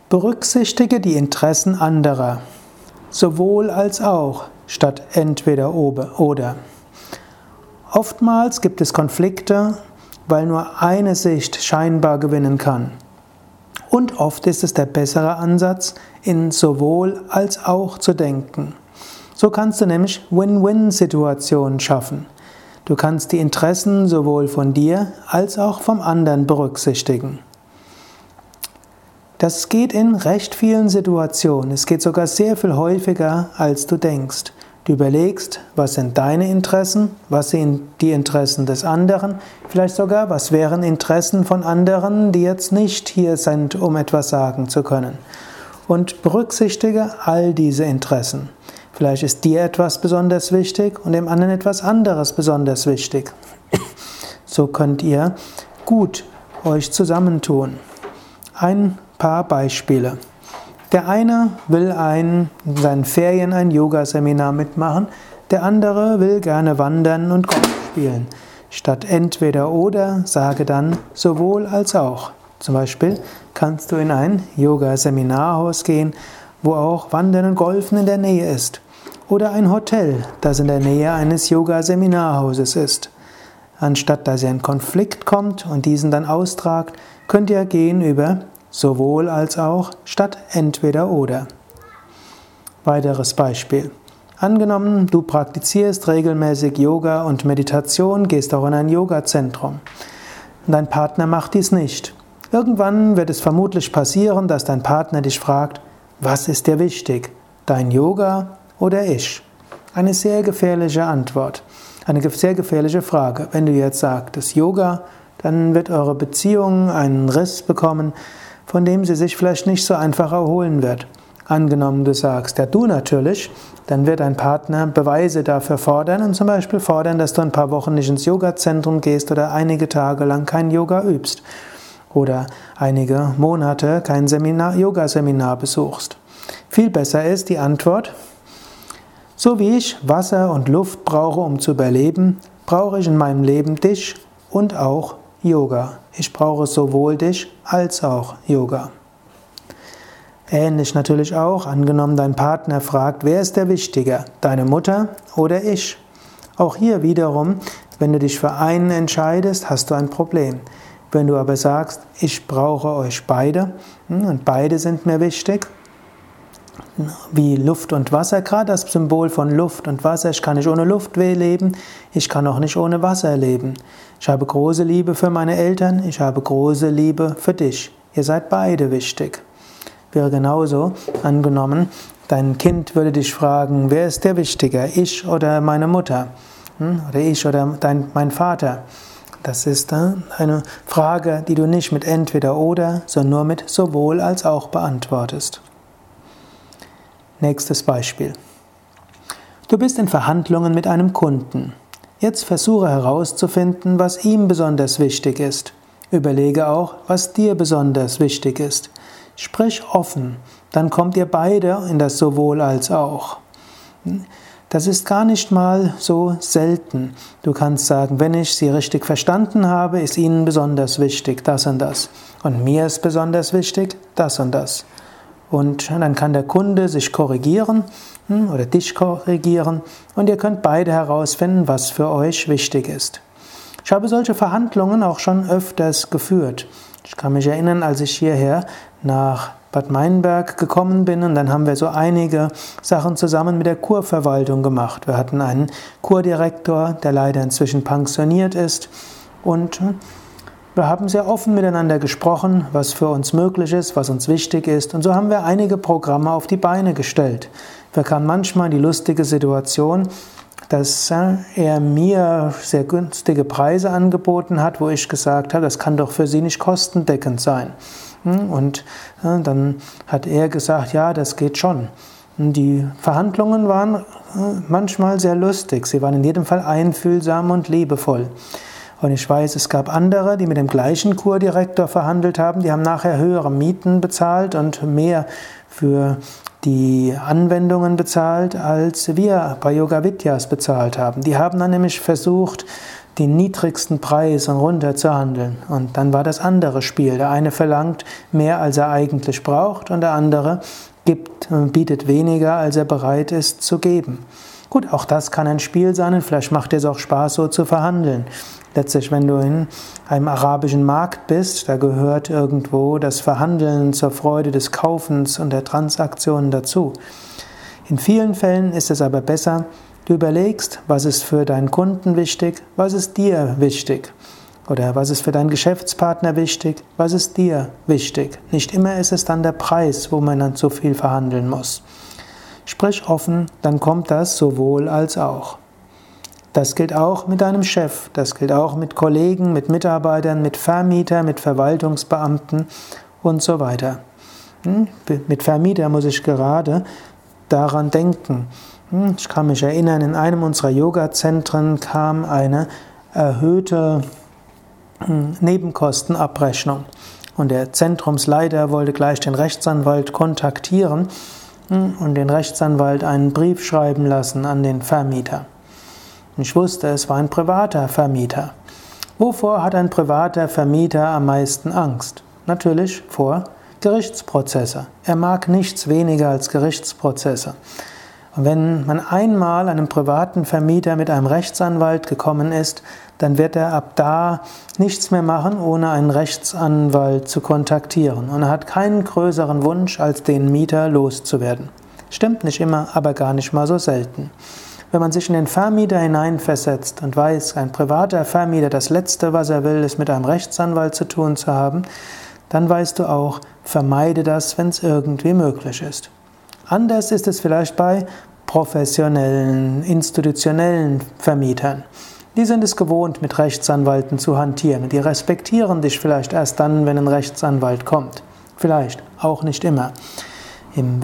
Berücksichtige die Interessen anderer, sowohl als auch, statt entweder oder. Oftmals gibt es Konflikte, weil nur eine Sicht scheinbar gewinnen kann. Und oft ist es der bessere Ansatz, in sowohl als auch zu denken. So kannst du nämlich Win-Win-Situationen schaffen. Du kannst die Interessen sowohl von dir als auch vom anderen berücksichtigen. Das geht in recht vielen Situationen. Es geht sogar sehr viel häufiger, als du denkst. Du überlegst, was sind deine Interessen, was sind die Interessen des anderen, vielleicht sogar, was wären Interessen von anderen, die jetzt nicht hier sind, um etwas sagen zu können. Und berücksichtige all diese Interessen. Vielleicht ist dir etwas besonders wichtig und dem anderen etwas anderes besonders wichtig. So könnt ihr gut euch zusammentun. Ein paar Beispiele. Der eine will in seinen Ferien ein Yoga-Seminar mitmachen, der andere will gerne wandern und Golf spielen. Statt entweder oder, sage dann sowohl als auch. Zum Beispiel kannst du in ein Yoga-Seminarhaus gehen, wo auch Wandern und Golfen in der Nähe ist. Oder ein Hotel, das in der Nähe eines Yoga-Seminarhauses ist. Anstatt dass ihr in Konflikt kommt und diesen dann austragt, könnt ihr gehen über sowohl als auch statt entweder oder. Weiteres Beispiel. Angenommen, du praktizierst regelmäßig Yoga und Meditation, gehst auch in ein Yoga-Zentrum. Dein Partner macht dies nicht. Irgendwann wird es vermutlich passieren, dass dein Partner dich fragt, was ist dir wichtig? Dein Yoga oder ich? Eine sehr gefährliche Antwort. Eine sehr gefährliche Frage. Wenn du jetzt sagst, das Yoga, dann wird eure Beziehung einen Riss bekommen, von dem sie sich vielleicht nicht so einfach erholen wird. Angenommen, du sagst, ja du natürlich, dann wird dein Partner Beweise dafür fordern und zum Beispiel fordern, dass du ein paar Wochen nicht ins Yoga-Zentrum gehst oder einige Tage lang kein Yoga übst oder einige Monate kein Yoga-Seminar besuchst. Viel besser ist die Antwort, so wie ich Wasser und Luft brauche, um zu überleben, brauche ich in meinem Leben dich und auch Yoga. Ich brauche sowohl dich als auch Yoga. Ähnlich natürlich auch, angenommen dein Partner fragt, wer ist der wichtiger, deine Mutter oder ich? Auch hier wiederum, wenn du dich für einen entscheidest, hast du ein Problem. Wenn du aber sagst, ich brauche euch beide und beide sind mir wichtig, wie Luft und Wasser, gerade das Symbol von Luft und Wasser. Ich kann nicht ohne Luft leben, ich kann auch nicht ohne Wasser leben. Ich habe große Liebe für meine Eltern, ich habe große Liebe für dich. Ihr seid beide wichtig. Wäre genauso angenommen, dein Kind würde dich fragen, wer ist der wichtiger, ich oder meine Mutter? Oder ich oder mein Vater? Das ist eine Frage, die du nicht mit entweder oder, sondern nur mit sowohl als auch beantwortest. Nächstes Beispiel. Du bist in Verhandlungen mit einem Kunden. Jetzt versuche herauszufinden, was ihm besonders wichtig ist. Überlege auch, was dir besonders wichtig ist. Sprich offen, dann kommt ihr beide in das sowohl als auch. Das ist gar nicht mal so selten. Du kannst sagen, wenn ich Sie richtig verstanden habe, ist Ihnen besonders wichtig das und das. Und mir ist besonders wichtig das und das. Und dann kann der Kunde sich korrigieren oder dich korrigieren und ihr könnt beide herausfinden, was für euch wichtig ist. Ich habe solche Verhandlungen auch schon öfters geführt. Ich kann mich erinnern, als ich hierher nach Bad Meinberg gekommen bin und dann haben wir so einige Sachen zusammen mit der Kurverwaltung gemacht. Wir hatten einen Kurdirektor, der leider inzwischen pensioniert ist und wir haben sehr offen miteinander gesprochen, was für uns möglich ist, was uns wichtig ist. Und so haben wir einige Programme auf die Beine gestellt. Wir kamen manchmal in die lustige Situation, dass er mir sehr günstige Preise angeboten hat, wo ich gesagt habe, das kann doch für Sie nicht kostendeckend sein. Und dann hat er gesagt, ja, das geht schon. Und die Verhandlungen waren manchmal sehr lustig. Sie waren in jedem Fall einfühlsam und liebevoll. Und ich weiß, es gab andere, die mit dem gleichen Kurdirektor verhandelt haben, die haben nachher höhere Mieten bezahlt und mehr für die Anwendungen bezahlt, als wir bei Yoga Vidyas bezahlt haben. Die haben dann nämlich versucht, den niedrigsten Preis runterzuhandeln. Und dann war das andere Spiel. Der eine verlangt mehr, als er eigentlich braucht, und der andere bietet weniger, als er bereit ist zu geben. Gut, auch das kann ein Spiel sein, und vielleicht macht es auch Spaß, so zu verhandeln. Letztlich, wenn du in einem arabischen Markt bist, da gehört irgendwo das Verhandeln zur Freude des Kaufens und der Transaktionen dazu. In vielen Fällen ist es aber besser, du überlegst, was ist für deinen Kunden wichtig, was ist dir wichtig. Oder was ist für deinen Geschäftspartner wichtig, was ist dir wichtig. Nicht immer ist es dann der Preis, wo man dann so viel verhandeln muss. Sprich offen, dann kommt das sowohl als auch. Das gilt auch mit deinem Chef, das gilt auch mit Kollegen, mit Mitarbeitern, mit Vermietern, mit Verwaltungsbeamten und so weiter. Mit Vermieter muss ich gerade daran denken. Ich kann mich erinnern, in einem unserer Yoga-Zentren kam eine erhöhte Nebenkostenabrechnung. Und der Zentrumsleiter wollte gleich den Rechtsanwalt kontaktieren und den Rechtsanwalt einen Brief schreiben lassen an den Vermieter. Und ich wusste, es war ein privater Vermieter. Wovor hat ein privater Vermieter am meisten Angst? Natürlich vor Gerichtsprozesse. Er mag nichts weniger als Gerichtsprozesse. Und wenn man einmal einem privaten Vermieter mit einem Rechtsanwalt gekommen ist, dann wird er ab da nichts mehr machen, ohne einen Rechtsanwalt zu kontaktieren. Und er hat keinen größeren Wunsch, als den Mieter loszuwerden. Stimmt nicht immer, aber gar nicht mal so selten. Wenn man sich in den Vermieter hineinversetzt und weiß, ein privater Vermieter, das Letzte, was er will, ist mit einem Rechtsanwalt zu tun zu haben, dann weißt du auch, vermeide das, wenn es irgendwie möglich ist. Anders ist es vielleicht bei professionellen, institutionellen Vermietern. Die sind es gewohnt, mit Rechtsanwälten zu hantieren, und die respektieren dich vielleicht erst dann, wenn ein Rechtsanwalt kommt. Vielleicht, auch nicht immer. In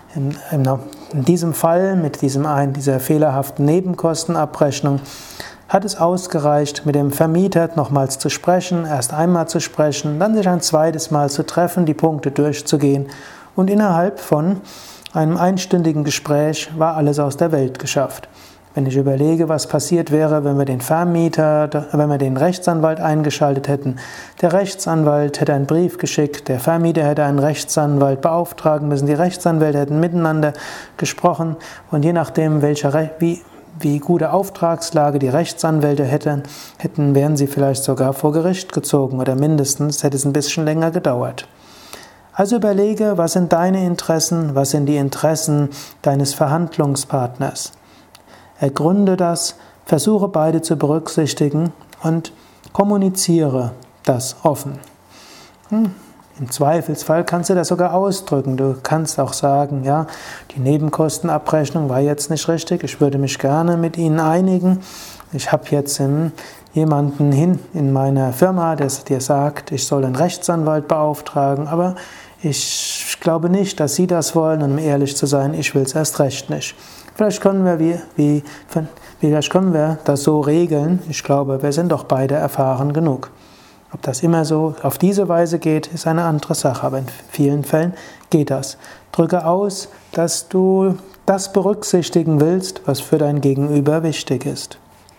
diesem Fall, mit dieser fehlerhaften Nebenkostenabrechnung, hat es ausgereicht, mit dem Vermieter nochmals zu sprechen, erst einmal zu sprechen, dann sich ein zweites Mal zu treffen, die Punkte durchzugehen, und innerhalb von einem einstündigen Gespräch war alles aus der Welt geschafft. Wenn ich überlege, was passiert wäre, wenn wir den Rechtsanwalt eingeschaltet hätten, der Rechtsanwalt hätte einen Brief geschickt, der Vermieter hätte einen Rechtsanwalt beauftragen müssen, die Rechtsanwälte hätten miteinander gesprochen, und je nachdem, wie gute Auftragslage die Rechtsanwälte hätten, wären sie vielleicht sogar vor Gericht gezogen, oder mindestens hätte es ein bisschen länger gedauert. Also überlege, was sind deine Interessen, was sind die Interessen deines Verhandlungspartners. Ergründe das, versuche beide zu berücksichtigen und kommuniziere das offen. Im Zweifelsfall kannst du das sogar ausdrücken. Du kannst auch sagen, ja, die Nebenkostenabrechnung war jetzt nicht richtig, ich würde mich gerne mit Ihnen einigen. Ich habe jetzt jemanden in meiner Firma, der dir sagt, ich soll einen Rechtsanwalt beauftragen, aber ich glaube nicht, dass Sie das wollen, und um ehrlich zu sein, ich will es erst recht nicht. Vielleicht können wir das so regeln. Ich glaube, wir sind doch beide erfahren genug. Ob das immer so auf diese Weise geht, ist eine andere Sache, aber in vielen Fällen geht das. Drücke aus, dass du das berücksichtigen willst, was für dein Gegenüber wichtig ist.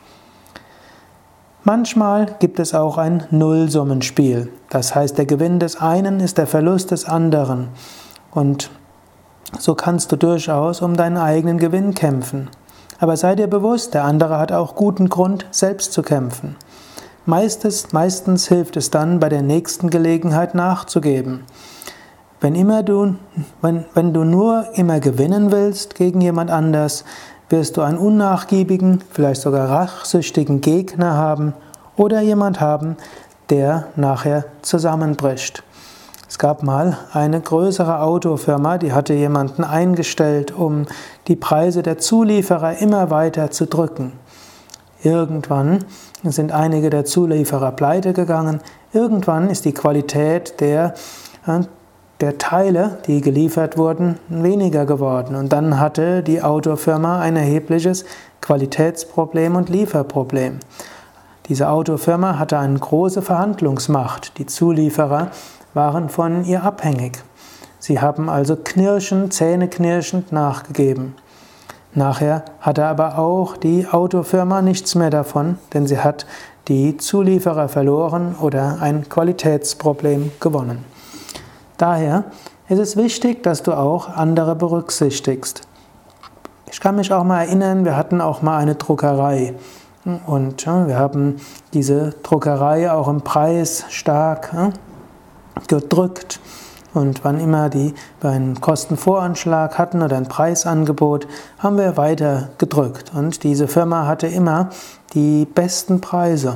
Manchmal gibt es auch ein Nullsummenspiel. Das heißt, der Gewinn des einen ist der Verlust des anderen. Und so kannst du durchaus um deinen eigenen Gewinn kämpfen. Aber sei dir bewusst, der andere hat auch guten Grund, selbst zu kämpfen. Meistens hilft es dann, bei der nächsten Gelegenheit nachzugeben. Wenn du nur immer gewinnen willst gegen jemand anders, wirst du einen unnachgiebigen, vielleicht sogar rachsüchtigen Gegner haben oder jemand haben, der nachher zusammenbricht. Es gab mal eine größere Autofirma, die hatte jemanden eingestellt, um die Preise der Zulieferer immer weiter zu drücken. Irgendwann sind einige der Zulieferer pleite gegangen. Irgendwann ist die Qualität der Teile, die geliefert wurden, weniger geworden. Und dann hatte die Autofirma ein erhebliches Qualitätsproblem und Lieferproblem. Diese Autofirma hatte eine große Verhandlungsmacht. Die Zulieferer waren von ihr abhängig. Sie haben also zähneknirschend nachgegeben. Nachher hatte aber auch die Autofirma nichts mehr davon, denn sie hat die Zulieferer verloren oder ein Qualitätsproblem gewonnen. Daher ist es wichtig, dass du auch andere berücksichtigst. Ich kann mich auch mal erinnern, wir hatten auch mal eine Druckerei und wir haben diese Druckerei auch im Preis stark gedrückt. Und wann immer wir einen Kostenvoranschlag hatten oder ein Preisangebot, haben wir weiter gedrückt. Und diese Firma hatte immer die besten Preise.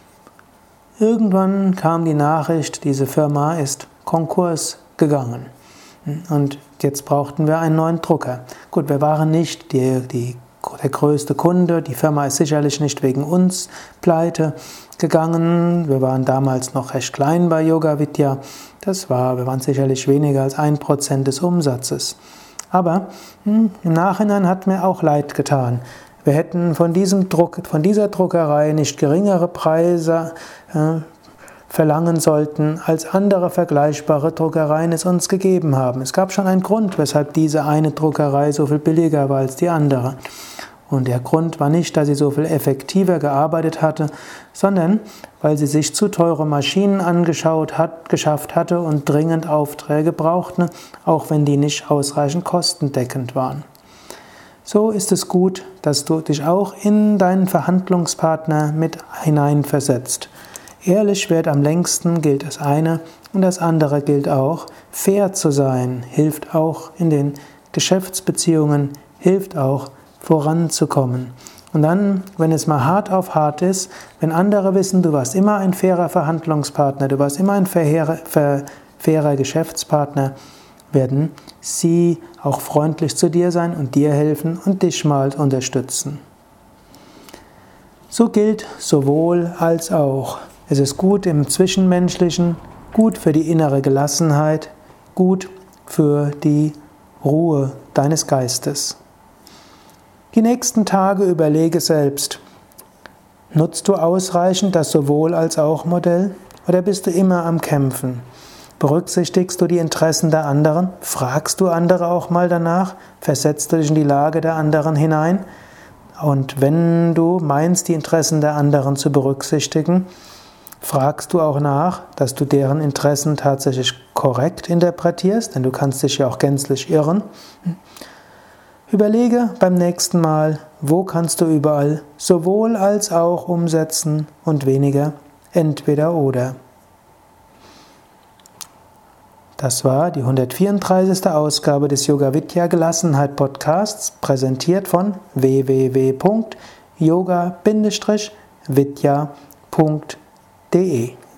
Irgendwann kam die Nachricht, diese Firma ist Konkurs gegangen. Und jetzt brauchten wir einen neuen Drucker. Gut, wir waren nicht der größte Kunde, die Firma ist sicherlich nicht wegen uns pleite gegangen. Wir waren damals noch recht klein bei Yoga Vidya. Wir waren sicherlich weniger als 1% des Umsatzes. Aber im Nachhinein hat mir auch leid getan. Wir hätten von dieser Druckerei nicht geringere Preise verlangen sollten, als andere vergleichbare Druckereien es uns gegeben haben. Es gab schon einen Grund, weshalb diese eine Druckerei so viel billiger war als die andere. Und der Grund war nicht, dass sie so viel effektiver gearbeitet hatte, sondern weil sie sich zu teure Maschinen geschafft hatte und dringend Aufträge brauchte, auch wenn die nicht ausreichend kostendeckend waren. So ist es gut, dass du dich auch in deinen Verhandlungspartner mit hineinversetzt. Ehrlich währt am längsten gilt das eine und das andere gilt auch. Fair zu sein hilft auch in den Geschäftsbeziehungen, hilft auch voranzukommen. Und dann, wenn es mal hart auf hart ist, wenn andere wissen, du warst immer ein fairer Verhandlungspartner, du warst immer ein fairer Geschäftspartner, werden sie auch freundlich zu dir sein und dir helfen und dich mal unterstützen. So gilt sowohl als auch. Es ist gut im Zwischenmenschlichen, gut für die innere Gelassenheit, gut für die Ruhe deines Geistes. Die nächsten Tage überlege selbst, nutzt du ausreichend das sowohl als auch Modell oder bist du immer am Kämpfen? Berücksichtigst du die Interessen der anderen? Fragst du andere auch mal danach? Versetzt du dich in die Lage der anderen hinein? Und wenn du meinst, die Interessen der anderen zu berücksichtigen, fragst du auch nach, dass du deren Interessen tatsächlich korrekt interpretierst, denn du kannst dich ja auch gänzlich irren. Überlege beim nächsten Mal, wo kannst du überall sowohl als auch umsetzen und weniger entweder oder. Das war die 134. Ausgabe des Yoga Vidya Gelassenheit Podcasts, präsentiert von www.yoga-vidya.de